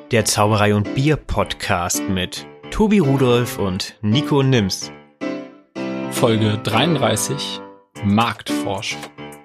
Der Zauberei und Bier Podcast mit Tobi Rudolph und Nico Nims. Folge 33, Marktforschung.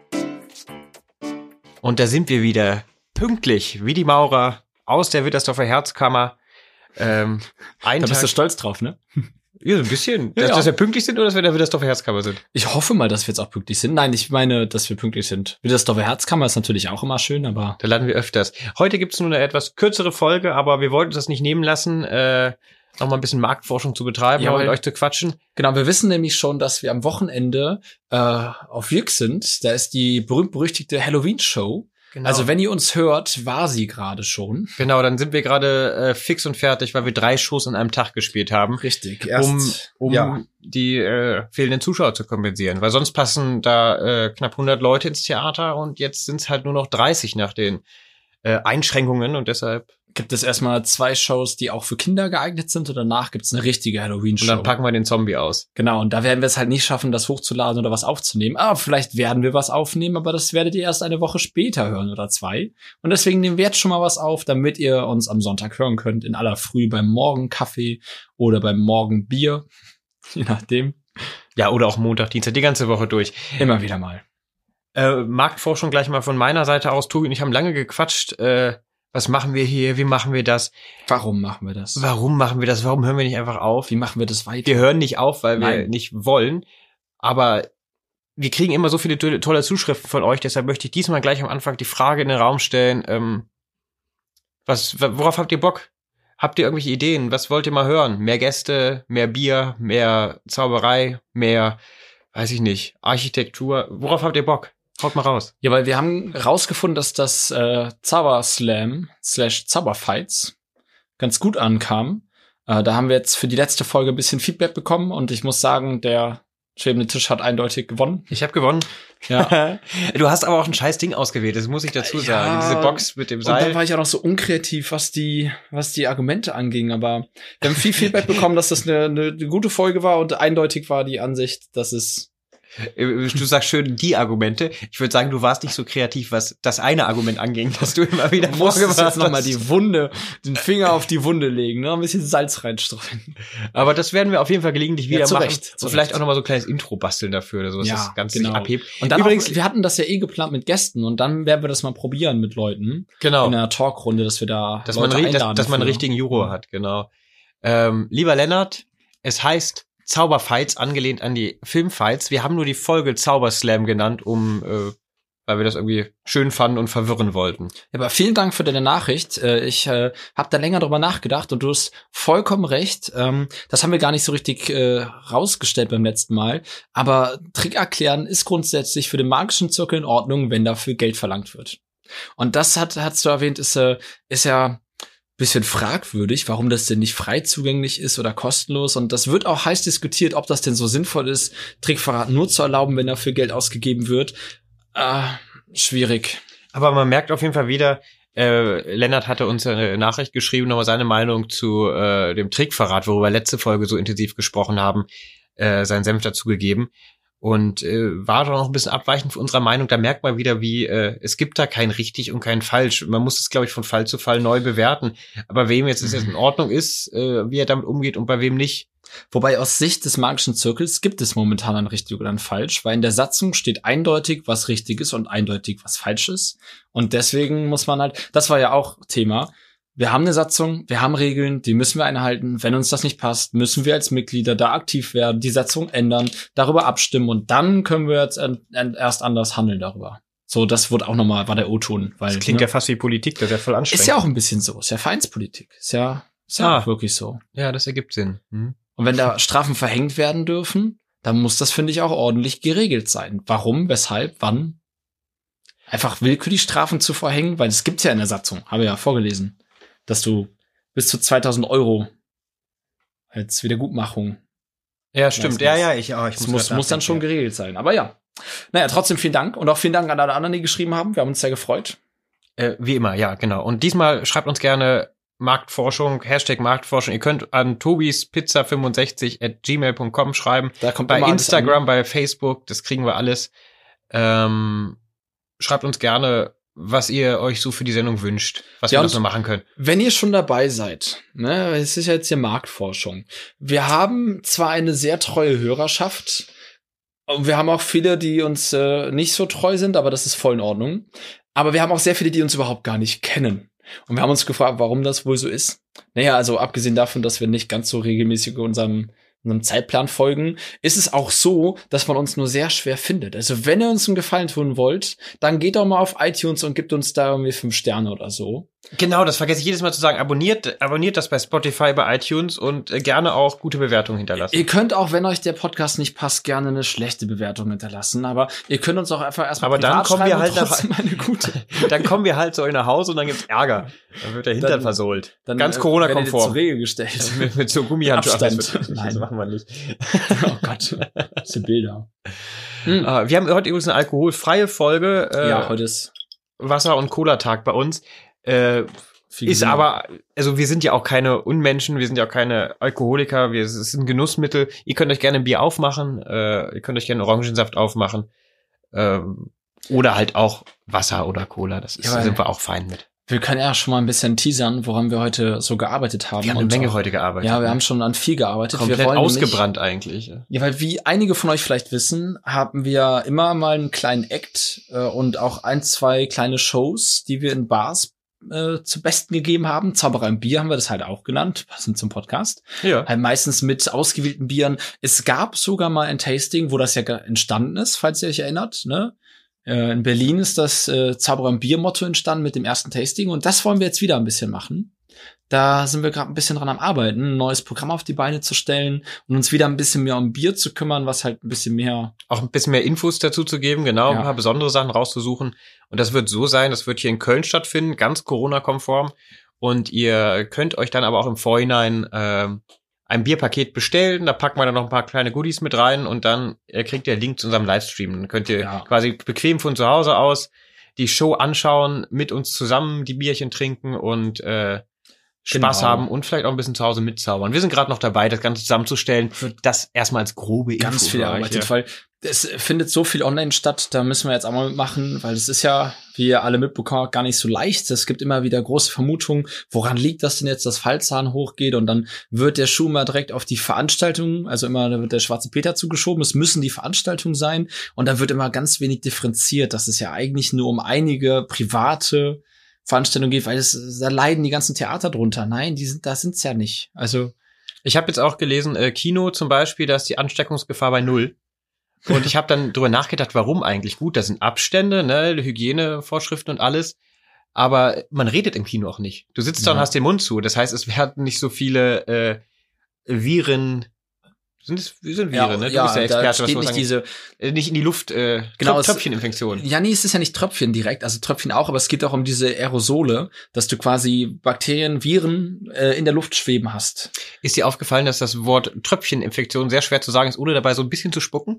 Und da sind wir wieder, pünktlich, wie die Maurer, aus der Wittersdorfer Herzkammer. Da bist du stolz drauf, ne? Ja, so ein bisschen. Dass wir pünktlich sind oder dass wir in der Wittersdorfer Herzkammer sind? Ich hoffe mal, dass wir jetzt auch pünktlich sind. Nein, ich meine, dass wir pünktlich sind. Wittersdorfer Herzkammer ist natürlich auch immer schön, aber... Da landen wir öfters. Heute gibt's nur eine etwas kürzere Folge, aber wir wollten das nicht nehmen lassen, noch mal ein bisschen Marktforschung zu betreiben, mit euch zu quatschen. Genau, wir wissen nämlich schon, dass wir am Wochenende auf Jück sind. Da ist die berühmt-berüchtigte Halloween-Show. Genau. Also wenn ihr uns hört, war sie gerade schon. Genau, dann sind wir gerade fix und fertig, weil wir 3 Shows an einem Tag gespielt haben. Richtig. Um die fehlenden Zuschauer zu kompensieren. Weil sonst passen da knapp 100 Leute ins Theater und jetzt sind es halt nur noch 30 nach den Einschränkungen und deshalb gibt es erstmal 2 Shows, die auch für Kinder geeignet sind und danach gibt es eine richtige Halloween-Show. Und dann packen wir den Zombie aus. Genau, und da werden wir es halt nicht schaffen, das hochzuladen oder was aufzunehmen. Aber vielleicht werden wir was aufnehmen, aber das werdet ihr erst eine Woche später hören oder 2. Und deswegen nehmen wir jetzt schon mal was auf, damit ihr uns am Sonntag hören könnt, in aller Früh beim Morgenkaffee oder beim Morgenbier, je nachdem. Ja, oder auch Montag, Dienstag, die ganze Woche durch. Immer wieder mal. Marktforschung gleich mal von meiner Seite aus. Tobi und ich haben lange gequatscht, was machen wir hier? Wie machen wir das? Warum machen wir das? Warum machen wir das? Warum hören wir nicht einfach auf? Wie machen wir das weiter? Wir hören nicht auf, weil wir nicht wollen. Aber wir kriegen immer so viele tolle Zuschriften von euch. Deshalb möchte ich diesmal gleich am Anfang die Frage in den Raum stellen. Worauf habt ihr Bock? Habt ihr irgendwelche Ideen? Was wollt ihr mal hören? Mehr Gäste, mehr Bier, mehr Zauberei, mehr, weiß ich nicht, Architektur. Worauf habt ihr Bock? Haut mal raus. Ja, weil wir haben rausgefunden, dass das Zauberslam / Zauberfights ganz gut ankam. Da haben wir jetzt für die letzte Folge ein bisschen Feedback bekommen und ich muss sagen, der schwebende Tisch hat eindeutig gewonnen. Ich habe gewonnen. Ja. Du hast aber auch ein scheiß Ding ausgewählt, das muss ich dazu sagen. Diese Box mit dem Seil. Und dann war ich auch noch so unkreativ, was die Argumente anging. Aber wir haben viel Feedback bekommen, dass das eine gute Folge war und eindeutig war die Ansicht, dass es... Du sagst schön die Argumente. Ich würde sagen, du warst nicht so kreativ, was das eine Argument anging, dass du immer wieder musstest jetzt nochmal den Finger auf die Wunde legen, ne? Ein bisschen Salz reinstreuen. Aber das werden wir auf jeden Fall gelegentlich wieder machen. Zu vielleicht Recht. auch nochmal so ein kleines Intro basteln dafür oder so, dass das Ganze sich abhebt. Und dann übrigens, wir hatten das ja geplant mit Gästen und dann werden wir das mal probieren mit Leuten. Genau. In einer Talkrunde, dass wir da dass man einen richtigen Juror hat, genau. Lieber Lennart, es heißt Zauberfights, angelehnt an die Filmfights. Wir haben nur die Folge Zauberslam genannt, weil wir das irgendwie schön fanden und verwirren wollten. Ja, aber vielen Dank für deine Nachricht. Ich habe da länger drüber nachgedacht und du hast vollkommen recht. Das haben wir gar nicht so richtig rausgestellt beim letzten Mal. Aber Trick erklären ist grundsätzlich für den magischen Zirkel in Ordnung, wenn dafür Geld verlangt wird. Und das hast du erwähnt, ist ja bisschen fragwürdig, warum das denn nicht frei zugänglich ist oder kostenlos. Und das wird auch heiß diskutiert, ob das denn so sinnvoll ist, Trickverrat nur zu erlauben, wenn dafür Geld ausgegeben wird. Schwierig. Aber man merkt auf jeden Fall wieder, Lennart hatte uns eine Nachricht geschrieben, nochmal seine Meinung zu dem Trickverrat, worüber wir letzte Folge so intensiv gesprochen haben, seinen Senf dazu gegeben. Und war doch noch ein bisschen abweichend von unserer Meinung. Da merkt man wieder, wie es gibt da kein richtig und kein falsch. Man muss es, glaube ich, von Fall zu Fall neu bewerten. Aber wem jetzt es in Ordnung ist, wie er damit umgeht und bei wem nicht. Wobei aus Sicht des magischen Zirkels gibt es momentan ein richtig oder ein falsch, weil in der Satzung steht eindeutig, was richtig ist und eindeutig, was falsch ist. Und deswegen muss man halt, das war ja auch Thema, wir haben eine Satzung, wir haben Regeln, die müssen wir einhalten. Wenn uns das nicht passt, müssen wir als Mitglieder da aktiv werden, die Satzung ändern, darüber abstimmen und dann können wir jetzt erst anders handeln darüber. So, das wurde auch nochmal, war der O-Ton. Das klingt ja fast wie Politik, das ist ja voll anstrengend. Ist ja auch ein bisschen so, ist ja Vereinspolitik, ist ja auch wirklich so. Ja, das ergibt Sinn. Und wenn da Strafen verhängt werden dürfen, dann muss das, finde ich, auch ordentlich geregelt sein. Warum, weshalb, wann? Einfach willkürlich Strafen zu verhängen, weil es gibt's ja in der Satzung, habe ich ja vorgelesen, dass du bis zu 2.000 € als Wiedergutmachung. Ja, stimmt. Ja, ich muss dann schon geregelt sein. Aber ja. Naja, trotzdem vielen Dank. Und auch vielen Dank an alle anderen, die geschrieben haben. Wir haben uns sehr gefreut. Wie immer, ja, genau. Und diesmal schreibt uns gerne Marktforschung, #Marktforschung. Ihr könnt an tobispizza65@gmail.com schreiben. Da kommt bei Instagram, bei Facebook, das kriegen wir alles. Schreibt uns gerne was ihr euch so für die Sendung wünscht, was wir noch so machen können. Wenn ihr schon dabei seid, ne, es ist ja jetzt hier Marktforschung. Wir haben zwar eine sehr treue Hörerschaft, und wir haben auch viele, die uns nicht so treu sind, aber das ist voll in Ordnung. Aber wir haben auch sehr viele, die uns überhaupt gar nicht kennen. Und wir haben uns gefragt, warum das wohl so ist. Naja, also abgesehen davon, dass wir nicht ganz so regelmäßig unserem Zeitplan folgen, ist es auch so, dass man uns nur sehr schwer findet. Also wenn ihr uns einen Gefallen tun wollt, dann geht doch mal auf iTunes und gebt uns da irgendwie 5 Sterne oder so. Genau, das vergesse ich jedes Mal zu sagen. Abonniert das bei Spotify, bei iTunes und gerne auch gute Bewertungen hinterlassen. Ihr könnt auch, wenn euch der Podcast nicht passt, gerne eine schlechte Bewertung hinterlassen. Aber ihr könnt uns auch einfach erstmal aber dann kommen wir halt eine gute. Dann kommen wir halt zu euch nach Hause und dann gibt's Ärger. Dann wird der Hintern versohlt. Dann, ganz Corona-konform. Zur Regel gestellt. mit so Gummihandschuhen. Nein, das machen wir nicht. Oh Gott, das sind Bilder. Wir haben heute übrigens eine alkoholfreie Folge. Ja, heute ist Wasser- und Cola-Tag bei uns. Ist aber, also wir sind ja auch keine Unmenschen, wir sind ja auch keine Alkoholiker, es ist ein Genussmittel. Ihr könnt euch gerne ein Bier aufmachen, ihr könnt euch gerne Orangensaft aufmachen, oder halt auch Wasser oder Cola, sind wir auch fein mit. Wir können ja schon mal ein bisschen teasern, woran wir heute so gearbeitet haben. Wir haben eine Menge heute gearbeitet. Ja, wir haben schon an viel gearbeitet. Komplett wir wollen ausgebrannt eigentlich. Ja, weil wie einige von euch vielleicht wissen, haben wir immer mal einen kleinen Act und auch 1, 2 kleine Shows, die wir in Bars zu Besten gegeben haben. Zauberei im Bier haben wir das halt auch genannt, passend zum Podcast. Ja. Halt meistens mit ausgewählten Bieren. Es gab sogar mal ein Tasting, wo das ja entstanden ist, falls ihr euch erinnert, ne? In Berlin ist das Zauberer im Bier-Motto entstanden mit dem ersten Tasting und das wollen wir jetzt wieder ein bisschen machen. Da sind wir gerade ein bisschen dran am Arbeiten, ein neues Programm auf die Beine zu stellen und uns wieder ein bisschen mehr um Bier zu kümmern, was halt ein bisschen mehr... Auch ein bisschen mehr Infos dazu zu geben, genau, ein paar besondere Sachen rauszusuchen. Und das wird so sein, das wird hier in Köln stattfinden, ganz Corona-konform. Und ihr könnt euch dann aber auch im Vorhinein ein Bierpaket bestellen, da packen wir dann noch ein paar kleine Goodies mit rein und dann kriegt ihr den Link zu unserem Livestream. Dann könnt ihr quasi bequem von zu Hause aus die Show anschauen, mit uns zusammen die Bierchen trinken und Spaß haben und vielleicht auch ein bisschen zu Hause mitzaubern. Wir sind gerade noch dabei, das Ganze zusammenzustellen. Das erstmal als grobe Info. Ganz viel erarbeitet, weil es findet so viel online statt, da müssen wir jetzt auch mal mitmachen, weil es ist ja, wie ihr alle mitbekommen, gar nicht so leicht. Es gibt immer wieder große Vermutungen, woran liegt das denn jetzt, dass Fallzahn hochgeht und dann wird der Schuh mal direkt auf die Veranstaltung, also immer da wird der schwarze Peter zugeschoben, es müssen die Veranstaltungen sein und dann wird immer ganz wenig differenziert, dass es ja eigentlich nur um einige private Veranstaltungen geht, weil da leiden die ganzen Theater drunter. Nein, da sind's ja nicht. Also ich habe jetzt auch gelesen, Kino zum Beispiel, da ist die Ansteckungsgefahr bei 0. Und ich habe dann drüber nachgedacht, warum eigentlich? Gut, da sind Abstände, ne, Hygienevorschriften und alles. Aber man redet im Kino auch nicht. Du sitzt da und hast den Mund zu. Das heißt, es werden nicht so viele Viren. Sind Viren, ne? Du bist der Experte, was nicht diese nicht in die Luft, genau, Tröpfcheninfektion. Ja, nee, es ist ja nicht Tröpfchen direkt, also Tröpfchen auch, aber es geht auch um diese Aerosole, dass du quasi Bakterien, Viren in der Luft schweben hast. Ist dir aufgefallen, dass das Wort Tröpfcheninfektion sehr schwer zu sagen ist, ohne dabei so ein bisschen zu spucken?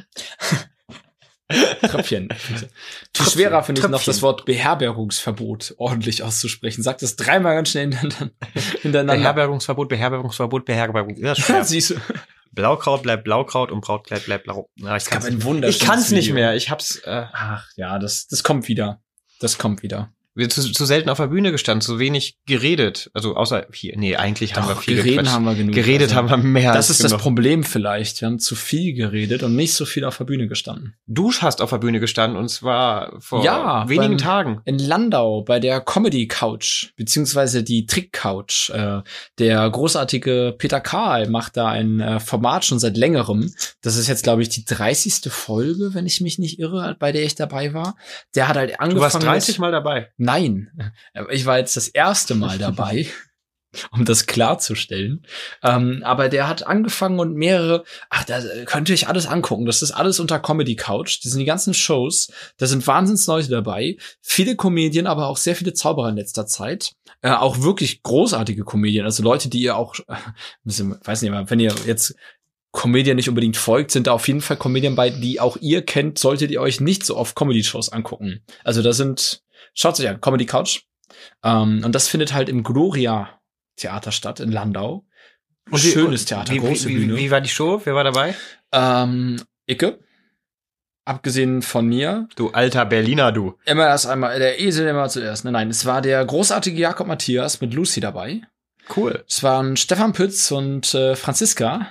Tröpfchen. Viel schwerer finde ich noch das Wort Beherbergungsverbot ordentlich auszusprechen. Sag das 3-mal ganz schnell hintereinander. Beherbergungsverbot. Ja, siehst du. Blaukraut bleibt Blaukraut und Brautkleid bleibt Blau. Ja, ich kann's nicht mehr. Ich hab's. Ach ja, das kommt wieder. Das kommt wieder. Wir zu selten auf der Bühne gestanden, zu wenig geredet. Also außer hier. Nee, eigentlich haben wir viel geredet. Haben wir genug. Geredet haben wir mehr. Das ist das Problem vielleicht. Wir haben zu viel geredet und nicht so viel auf der Bühne gestanden. Du hast auf der Bühne gestanden und zwar vor wenigen Tagen. In Landau bei der Comedy Couch, beziehungsweise die Trick Couch. Der großartige Peter Kahl macht da ein Format schon seit längerem. Das ist jetzt, glaube ich, die 30. Folge, wenn ich mich nicht irre, bei der ich dabei war. Der hat halt angefangen. Du warst 30 Mal dabei. Nein, ich war jetzt das erste Mal dabei, um das klarzustellen. Aber der hat angefangen und da könnt ihr euch alles angucken. Das ist alles unter Comedy Couch. Das sind die ganzen Shows. Da sind Wahnsinnsleute dabei. Viele Comedien, aber auch sehr viele Zauberer in letzter Zeit. Auch wirklich großartige Comedien. Also Leute, die ihr auch, weiß nicht mehr, wenn ihr jetzt Comedian nicht unbedingt folgt, sind da auf jeden Fall Comedien bei, die auch ihr kennt, solltet ihr euch nicht so oft Comedy-Shows angucken. Also schaut euch an, Comedy Couch. Und das findet halt im Gloria Theater statt in Landau. Schönes Theater, große Bühne. Wie war die Show? Wer war dabei? Icke. abgesehen von mir. Du alter Berliner, du. Immer erst einmal, der Esel immer zuerst. Nein, es war der großartige Jakob Matthias mit Lucy dabei. Cool. Es waren Stefan Pütz und Franziska.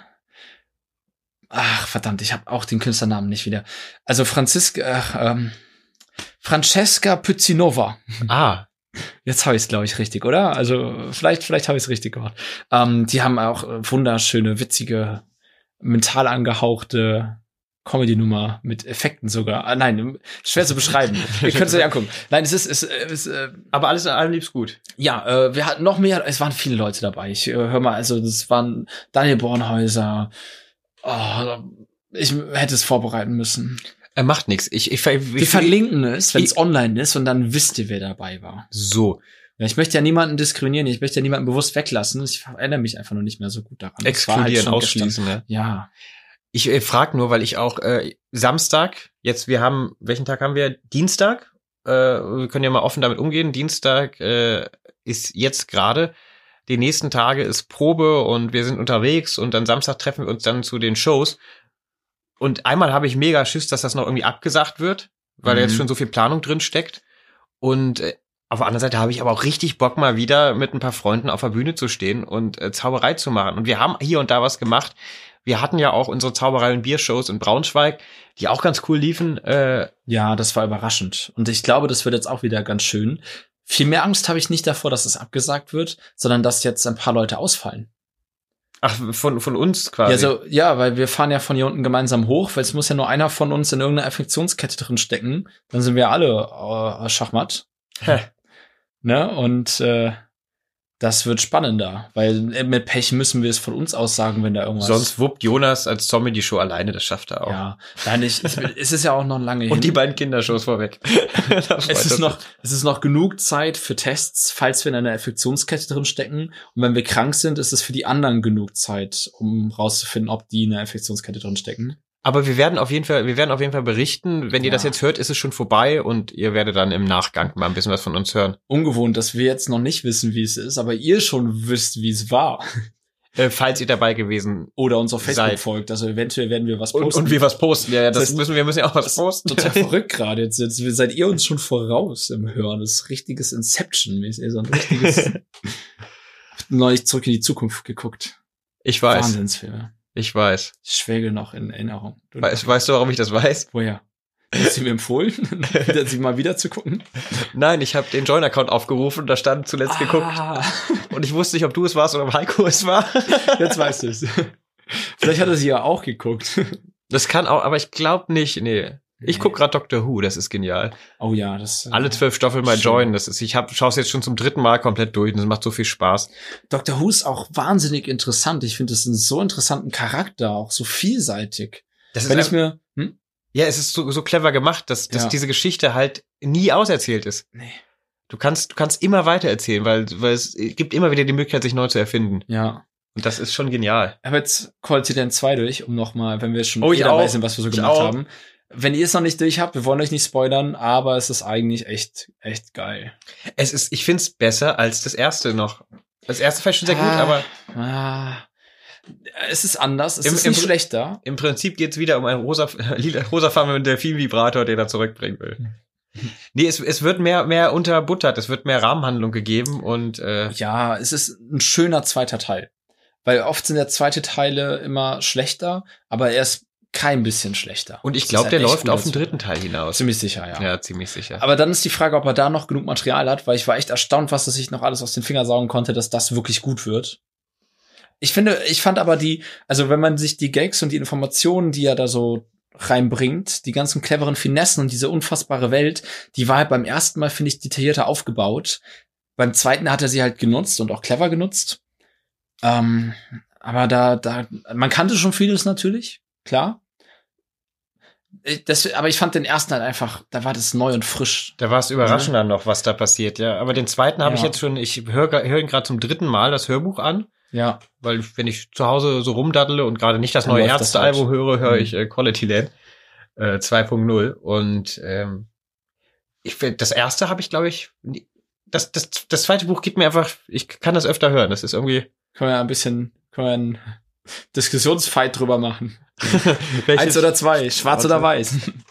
Ach, verdammt, ich habe auch den Künstlernamen nicht wieder. Also Francesca Pützinova. Ah. Jetzt habe ich es, glaube ich, richtig, oder? Also vielleicht habe ich es richtig gemacht. Die haben auch wunderschöne, witzige, mental angehauchte Comedy-Nummer mit Effekten sogar. Nein, schwer zu beschreiben. Ihr könnt es euch angucken. Nein, es ist aber alles in allem lieb's gut. Ja, wir hatten noch mehr, es waren viele Leute dabei. Ich hör mal, also das waren Daniel Bornhäuser. Oh, ich hätte es vorbereiten müssen. Er macht nichts. Wir verlinken es, wenn es online ist, und dann wisst ihr, wer dabei war. So. Ja, ich möchte ja niemanden diskriminieren, ich möchte ja niemanden bewusst weglassen. Ich erinnere mich einfach noch nicht mehr so gut daran. Exkludieren, halt ausschließen, ne? Ja. Ich frage nur, weil ich auch Samstag, welchen Tag haben wir? Dienstag? Wir können ja mal offen damit umgehen. Dienstag ist jetzt gerade. Die nächsten Tage ist Probe und wir sind unterwegs und dann Samstag treffen wir uns dann zu den Shows. Und einmal habe ich mega Schiss, dass das noch irgendwie abgesagt wird, weil da jetzt schon so viel Planung drin steckt. Und auf der anderen Seite habe ich aber auch richtig Bock, mal wieder mit ein paar Freunden auf der Bühne zu stehen und Zauberei zu machen. Und wir haben hier und da was gemacht. Wir hatten ja auch unsere Zauberei- und Biershows in Braunschweig, die auch ganz cool liefen. Ja, das war überraschend. Und ich glaube, das wird jetzt auch wieder ganz schön. Viel mehr Angst habe ich nicht davor, dass es abgesagt wird, sondern dass jetzt ein paar Leute ausfallen. Ach, von uns quasi. Ja, weil wir fahren ja von hier unten gemeinsam hoch, weil es muss ja nur einer von uns in irgendeiner Infektionskette drin stecken. Dann sind wir alle Schachmatt. Ne? Und das wird spannender, weil mit Pech müssen wir es von uns aus sagen, wenn da irgendwas... Sonst wuppt Jonas als Zombie die Show alleine, das schafft er auch. Ja, nein, es ist ja auch noch lange hin. Und die beiden Kindershows vorweg. Es ist noch genug Zeit für Tests, falls wir in einer Infektionskette drin stecken. Und wenn wir krank sind, ist es für die anderen genug Zeit, um rauszufinden, ob die in einer Infektionskette drin stecken. Aber wir werden auf jeden Fall berichten. Wenn ihr das jetzt hört, ist es schon vorbei und ihr werdet dann im Nachgang mal ein bisschen was von uns hören. Ungewohnt, dass wir jetzt noch nicht wissen, wie es ist, aber ihr schon wisst, wie es war. Falls ihr dabei gewesen oder uns auf Facebook folgt. Also eventuell werden wir was posten. Und wir was posten. Ja, wir müssen ja auch was posten. Total verrückt gerade. Jetzt seid ihr uns schon voraus im Hören. Das ist richtiges Inception-mäßig. So ein richtiges neulich zurück in die Zukunft geguckt. Ich weiß. Wahnsinnsfilme. Ich weiß. Ich schwelge noch in Erinnerung. Weißt du, warum ich das weiß? Woher? Hast du mir empfohlen, sie mal wieder zu gucken? Nein, ich habe den Join-Account aufgerufen, da stand zuletzt geguckt. Und ich wusste nicht, ob du es warst oder ob Heiko es war. Jetzt weißt du es. Vielleicht hat er sie ja auch geguckt. Das kann auch, aber ich glaube nicht. Nee. Ich guck gerade Doctor Who, das ist genial. Oh ja, das alle 12 Staffeln mal joinen, ich schaue es jetzt schon zum 3. Mal komplett durch und es macht so viel Spaß. Doctor Who ist auch wahnsinnig interessant. Ich finde, das ist einen so interessanten Charakter, auch so vielseitig. Das ist Ja, es ist so clever gemacht, dass diese Geschichte halt nie auserzählt ist. Nee. Du kannst immer weiter erzählen, weil es gibt immer wieder die Möglichkeit, sich neu zu erfinden. Ja. Und das ist schon genial. Ich habe jetzt Quality Dan 2 durch, um nochmal, wenn wir schon dabei sind, was wir so gemacht haben. Wenn ihr es noch nicht durch habt, wir wollen euch nicht spoilern, aber es ist eigentlich echt geil. Ich find's besser als das erste noch. Das erste fand ich schon sehr gut, aber es ist anders, es ist nicht schlechter. Im Prinzip geht's wieder um einen rosafarbenen Delfin-Vibrator, den er zurückbringen will. Nee, es wird mehr unterbuttert, es wird mehr Rahmenhandlung gegeben und ja, es ist ein schöner zweiter Teil. Weil oft sind ja zweite Teile immer schlechter, aber er ist kein bisschen schlechter. Und ich glaube, der läuft auf den 3. Teil hinaus. Ziemlich sicher, ja. Ja, ziemlich sicher. Aber dann ist die Frage, ob er da noch genug Material hat, weil ich war echt erstaunt, was er sich noch alles aus den Fingern saugen konnte, dass das wirklich gut wird. Ich fand aber also wenn man sich die Gags und die Informationen, die er da so reinbringt, die ganzen cleveren Finessen und diese unfassbare Welt, die war halt beim ersten Mal, finde ich, detaillierter aufgebaut. Beim zweiten hat er sie halt genutzt und auch clever genutzt. Aber man kannte schon vieles natürlich, klar. Aber ich fand den ersten halt einfach, da war das neu und frisch. Da war es überraschender noch, was da passiert, ja. Aber den zweiten habe ich jetzt schon, ich höre ihn gerade zum 3. Mal das Hörbuch an. Ja. Weil wenn ich zu Hause so rumdaddle und gerade nicht das neue Ärzte-Album höre, höre ich Quality Land 2.0. Und das erste habe ich, glaube ich, das zweite Buch gibt mir einfach, ich kann das öfter hören. Das ist irgendwie. Können wir einen Diskussionsfight drüber machen. 1 oder 2, schwarz oder weiß.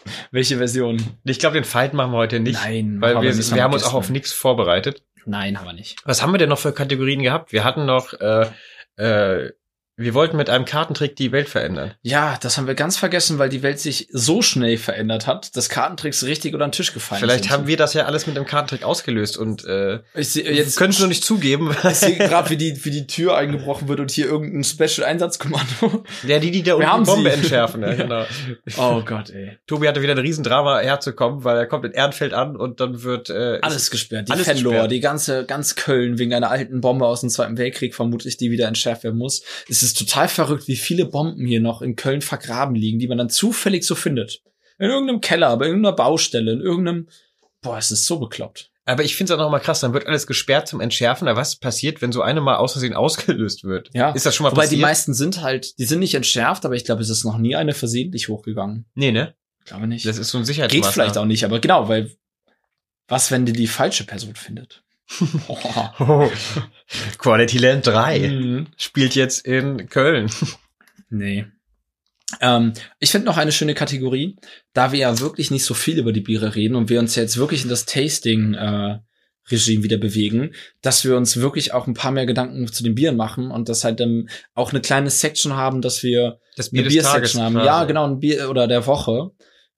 Welche Version? Ich glaube, den Fight machen wir heute nicht. Nein, weil wir nicht, haben uns auch auf nichts vorbereitet. Nein, haben wir nicht. Was haben wir denn noch für Kategorien gehabt? Wir hatten noch, wir wollten mit einem Kartentrick die Welt verändern. Ja, das haben wir ganz vergessen, weil die Welt sich so schnell verändert hat, dass Kartentricks richtig unter den Tisch gefallen Vielleicht sind. haben wir das ja alles mit dem Kartentrick ausgelöst und jetzt können es nur nicht zugeben. Ich sehe gerade, wie die Tür eingebrochen wird und hier irgendein Special-Einsatzkommando. Ja, die da unten die Bombe entschärfen. Ja, genau. Oh Gott, ey. Tobi hatte wieder ein Riesendrama herzukommen, weil er kommt in Ehrenfeld an und dann wird alles gesperrt. Die alles Fanlore, gesperrt. die ganz Köln wegen einer alten Bombe aus dem Zweiten Weltkrieg vermutlich, die wieder entschärft werden muss. Es ist total verrückt, wie viele Bomben hier noch in Köln vergraben liegen, die man dann zufällig so findet. In irgendeinem Keller, bei irgendeiner Baustelle, in irgendeinem... Boah, es ist so bekloppt. Aber ich finde es auch noch mal krass, dann wird alles gesperrt zum Entschärfen. Aber was passiert, wenn so eine mal aus Versehen ausgelöst wird? Ja. Ist das schon mal Wobei passiert? die meisten sind halt, die sind nicht entschärft, aber ich glaube, es ist noch nie eine versehentlich hochgegangen. Nee, ne? Ich glaube nicht. Das ist so ein Geht Sicherheitsmaßnahme. vielleicht auch nicht, aber genau, weil was, wenn die falsche Person findet? Oh. Quality Land 3 Mhm. spielt jetzt in Köln. Nee. Ich finde noch eine schöne Kategorie, da wir ja wirklich nicht so viel über die Biere reden und wir uns jetzt wirklich in das Tasting-Regime wieder bewegen, dass wir uns wirklich auch ein paar mehr Gedanken zu den Bieren machen und dass halt auch eine kleine Section haben, dass wir Das eine Bier des Tages Bier-Section haben. quasi. Ja, genau, ein Bier oder der Woche.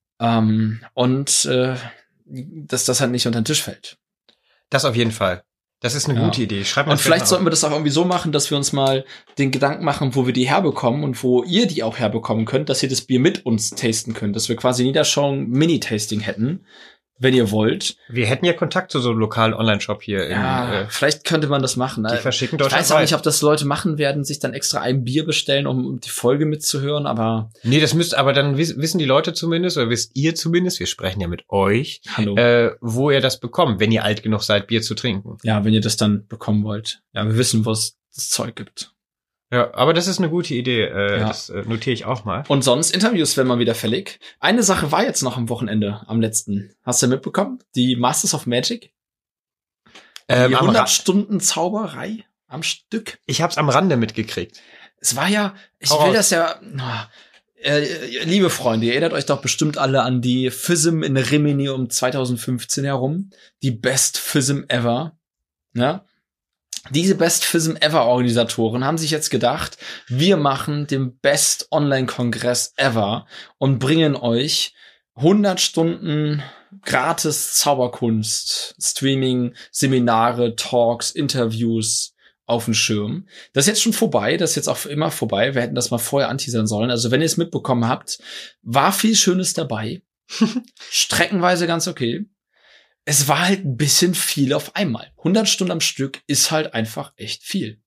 Dass das halt nicht unter den Tisch fällt. Das auf jeden Fall. Das ist eine Ja. gute Idee. Schreibt mal Und vielleicht sollten wir das auch irgendwie so machen, dass wir uns mal den Gedanken machen, wo wir die herbekommen und wo ihr die auch herbekommen könnt, dass ihr das Bier mit uns tasten könnt. Dass wir quasi in jeder Show ein Mini-Tasting hätten, wenn ihr wollt. Wir hätten ja Kontakt zu so einem lokalen Online-Shop hier. Vielleicht könnte man das machen. Die verschicken Ich weiß auch deutschlandweit. nicht, ob das Leute machen werden, sich dann extra ein Bier bestellen, um die Folge mitzuhören, aber Nee, das müsst, aber dann wissen die Leute zumindest, oder wisst ihr zumindest, wir sprechen ja mit euch, hallo. wo ihr das bekommt, wenn ihr alt genug seid, Bier zu trinken. Ja, wenn ihr das dann bekommen wollt. Ja, wir wissen, wo es das Zeug gibt. Ja, aber das ist eine gute Idee. Ja. Das notiere ich auch mal. Und sonst, Interviews werden mal wieder fällig. Eine Sache war jetzt noch am Wochenende, am letzten. Hast du mitbekommen? Die Masters of Magic? Die am 100 Stunden Zauberei am Stück. Ich hab's am Rande mitgekriegt. Es war ja, ich Hau will raus. das ja, liebe Freunde, ihr erinnert euch doch bestimmt alle an die FISM in Rimini um 2015 herum. Die Best FISM ever. Ja? Diese Best FISM ever Organisatoren haben sich jetzt gedacht, wir machen den Best Online-Kongress ever und bringen euch 100 Stunden gratis Zauberkunst, Streaming, Seminare, Talks, Interviews auf den Schirm. Das ist jetzt schon vorbei, das ist jetzt auch immer vorbei. Wir hätten das mal vorher anteasern sollen. Also wenn ihr es mitbekommen habt, war viel Schönes dabei. Streckenweise ganz okay. Es war halt ein bisschen viel auf einmal. 100 Stunden am Stück ist halt einfach echt viel.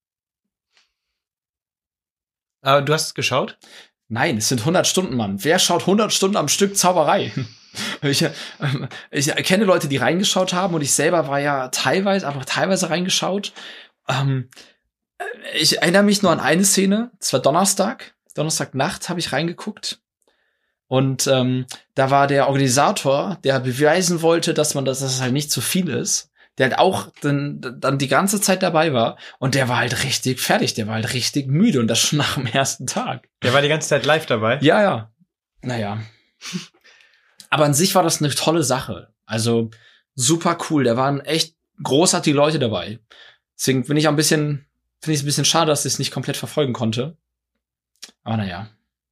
Aber du hast es geschaut? Nein, es sind 100 Stunden, Mann. Wer schaut 100 Stunden am Stück Zauberei? Ich kenne Leute, die reingeschaut haben und ich selber war ja teilweise reingeschaut. Ich erinnere mich nur an eine Szene. Es war Donnerstagnacht habe ich reingeguckt. Und da war der Organisator, der beweisen wollte, dass das halt nicht zu viel ist, der halt auch dann die ganze Zeit dabei war. Und der war halt richtig fertig, der war halt richtig müde und das schon nach dem ersten Tag. Der war die ganze Zeit live dabei. Ja. Naja. Aber an sich war das eine tolle Sache. Also super cool. Da waren echt großartige Leute dabei. Deswegen finde ich es ein bisschen schade, dass ich es nicht komplett verfolgen konnte. Aber naja.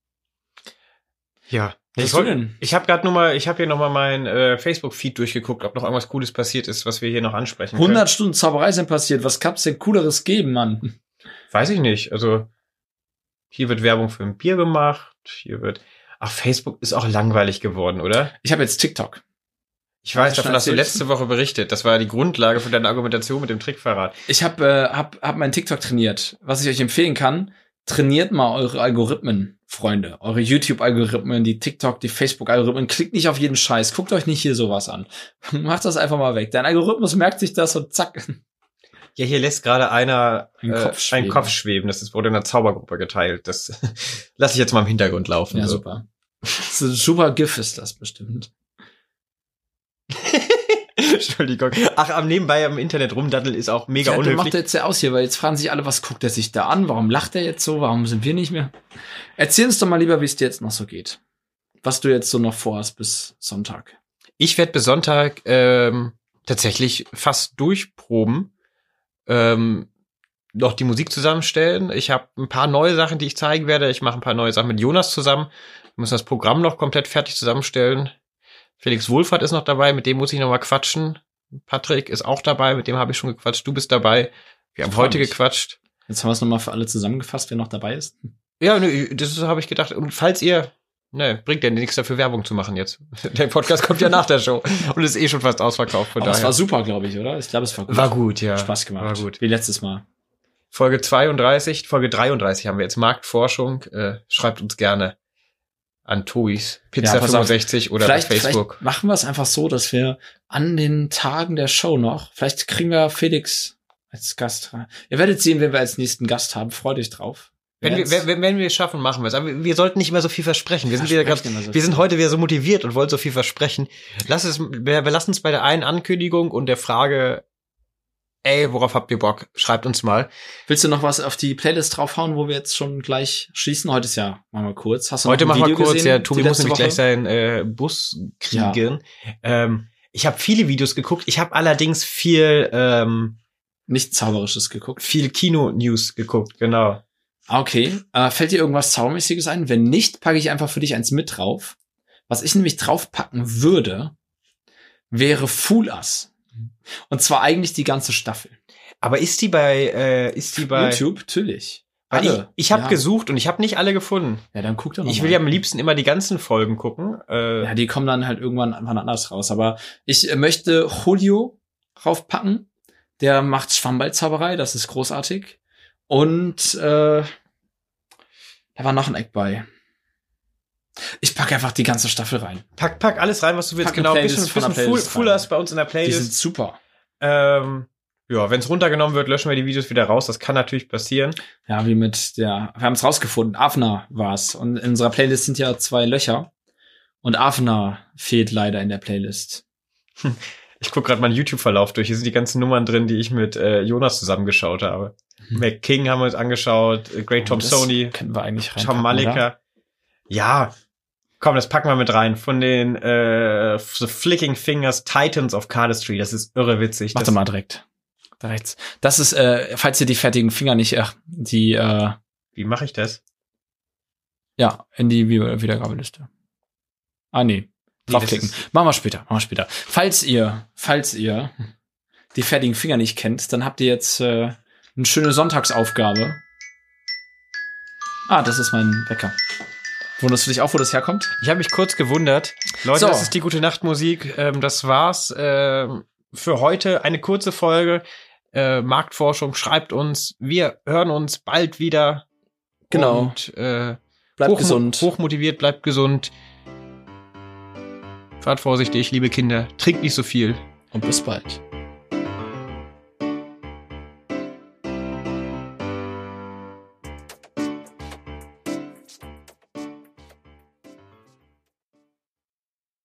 Ja. Was du denn? Ich habe hier noch mal mein Facebook-Feed durchgeguckt, ob noch irgendwas Cooles passiert ist, was wir hier noch ansprechen können. 100 Stunden Zauberei sind passiert. Was kann's denn Cooleres geben, Mann? Weiß ich nicht. Also hier wird Werbung für ein Bier gemacht. Facebook ist auch langweilig geworden, oder? Ich habe jetzt TikTok. Ich weiß, Hast du davon schon hast du erzählt? letzte Woche berichtet. Das war die Grundlage für deine Argumentation mit dem Trickverrat. Ich hab meinen TikTok trainiert. Was ich euch empfehlen kann, trainiert mal eure Algorithmen, Freunde. Eure YouTube-Algorithmen, die TikTok, die Facebook-Algorithmen. Klickt nicht auf jeden Scheiß. Guckt euch nicht hier sowas an. Macht das einfach mal weg. Dein Algorithmus merkt sich das und zack. Ja, hier lässt gerade einer Ein Kopf schweben. Das wurde in einer Zaubergruppe geteilt. Das lasse ich jetzt mal im Hintergrund laufen. Ja, so. super. So ein super GIF ist das bestimmt. Entschuldigung. Ach, am nebenbei im Internet rumdaddeln ist auch mega Ja, du unhöflich. macht er jetzt ja aus hier, weil jetzt fragen sich alle, was guckt er sich da an? Warum lacht er jetzt so? Warum sind wir nicht mehr? Erzähl uns doch mal lieber, wie es dir jetzt noch so geht. was du jetzt so noch vorhast bis Sonntag. Ich werde bis Sonntag tatsächlich fast durchproben, noch die Musik zusammenstellen. Ich habe ein paar neue Sachen, die ich zeigen werde. Ich mache ein paar neue Sachen mit Jonas zusammen. Wir müssen das Programm noch komplett fertig zusammenstellen. Felix Wohlfahrt ist noch dabei, mit dem muss ich noch mal quatschen. Patrick ist auch dabei, mit dem habe ich schon gequatscht. Du bist dabei. Wir haben heute gequatscht. Jetzt haben wir es nochmal für alle zusammengefasst, wer noch dabei ist. Ja, nö, das habe ich gedacht. Und falls ihr, bringt ja nichts dafür, Werbung zu machen jetzt. Der Podcast kommt ja nach der Show und ist schon fast ausverkauft. Von Aber daher. es war super, glaube ich, oder? Ich glaube, es war gut. War gut, ja. Spaß gemacht. War gut. Wie letztes Mal. Folge 32, Folge 33 haben wir jetzt Marktforschung. Schreibt uns gerne an Tois Pizza 65 oder bei Facebook. Vielleicht machen wir es einfach so, dass wir an den Tagen der Show noch, vielleicht kriegen wir Felix als Gast rein. Ihr werdet sehen, wenn wir als nächsten Gast haben. Freut euch drauf. Wenn wir es schaffen, machen wir es. Aber wir sollten nicht mehr so viel versprechen. Wir sind heute wieder so motiviert und wollen so viel versprechen. Wir lassen uns bei der einen Ankündigung und der Frage, worauf habt ihr Bock? Schreibt uns mal. Willst du noch was auf die Playlist draufhauen, wo wir jetzt schon gleich schließen? Heute ist ja, machen wir kurz. Hast du heute noch ein machen Video wir kurz, gesehen, ja, Tobi muss nämlich gleich seinen Bus kriegen. Ja. Ich habe viele Videos geguckt. Ich habe allerdings viel nichts Zauberisches geguckt. Viel Kino-News geguckt, genau. Okay. Fällt dir irgendwas Zaubermäßiges ein? Wenn nicht, packe ich einfach für dich eins mit drauf. Was ich nämlich draufpacken würde, wäre Fool Us. Und zwar eigentlich die ganze Staffel. Aber ist die bei YouTube? Natürlich. Ich habe gesucht und ich habe nicht alle gefunden. Ja, dann guck doch noch Ich will ja am liebsten immer die ganzen Folgen gucken. Ja, die kommen dann halt irgendwann anders raus. Aber ich möchte Julio raufpacken. Der macht Schwammballzauberei, das ist großartig. Und da war noch ein Eck bei. Ich packe einfach die ganze Staffel rein. Pack alles rein, was du willst. Genau, ein bisschen Fool Us bei uns in der Playlist. Die sind super. Ja, wenn es runtergenommen wird, löschen wir die Videos wieder raus. Das kann natürlich passieren. Ja, wie mit wir haben es rausgefunden. Avner war's. Und in unserer Playlist sind ja 2 Löcher. Und Avner fehlt leider in der Playlist. Ich gucke gerade meinen YouTube-Verlauf durch. Hier sind die ganzen Nummern drin, die ich mit Jonas zusammengeschaut habe. Mac King haben wir uns angeschaut. Great Tom Sony. Können wir eigentlich rein. Tom Malika. Ja. Komm, das packen wir mit rein. Von den The Flicking Fingers Titans of Cardistry. Das ist irre witzig. Warte mal direkt. Da rechts. Das ist, falls ihr die fertigen Finger nicht, Wie mache ich das? Ja, in die Wiedergabeliste. Ah, nee. Draufklicken. Machen wir später. Falls ihr die fertigen Finger nicht kennt, dann habt ihr jetzt eine schöne Sonntagsaufgabe. Ah, das ist mein Wecker. Wunderst du dich auch, wo das herkommt? Ich habe mich kurz gewundert. Leute, das ist die Gute-Nacht-Musik. Das war's für heute. Eine kurze Folge. Marktforschung, schreibt uns. Wir hören uns bald wieder. Genau. Und bleibt gesund. Hochmotiviert, bleibt gesund. Fahrt vorsichtig, liebe Kinder. Trinkt nicht so viel. Und bis bald.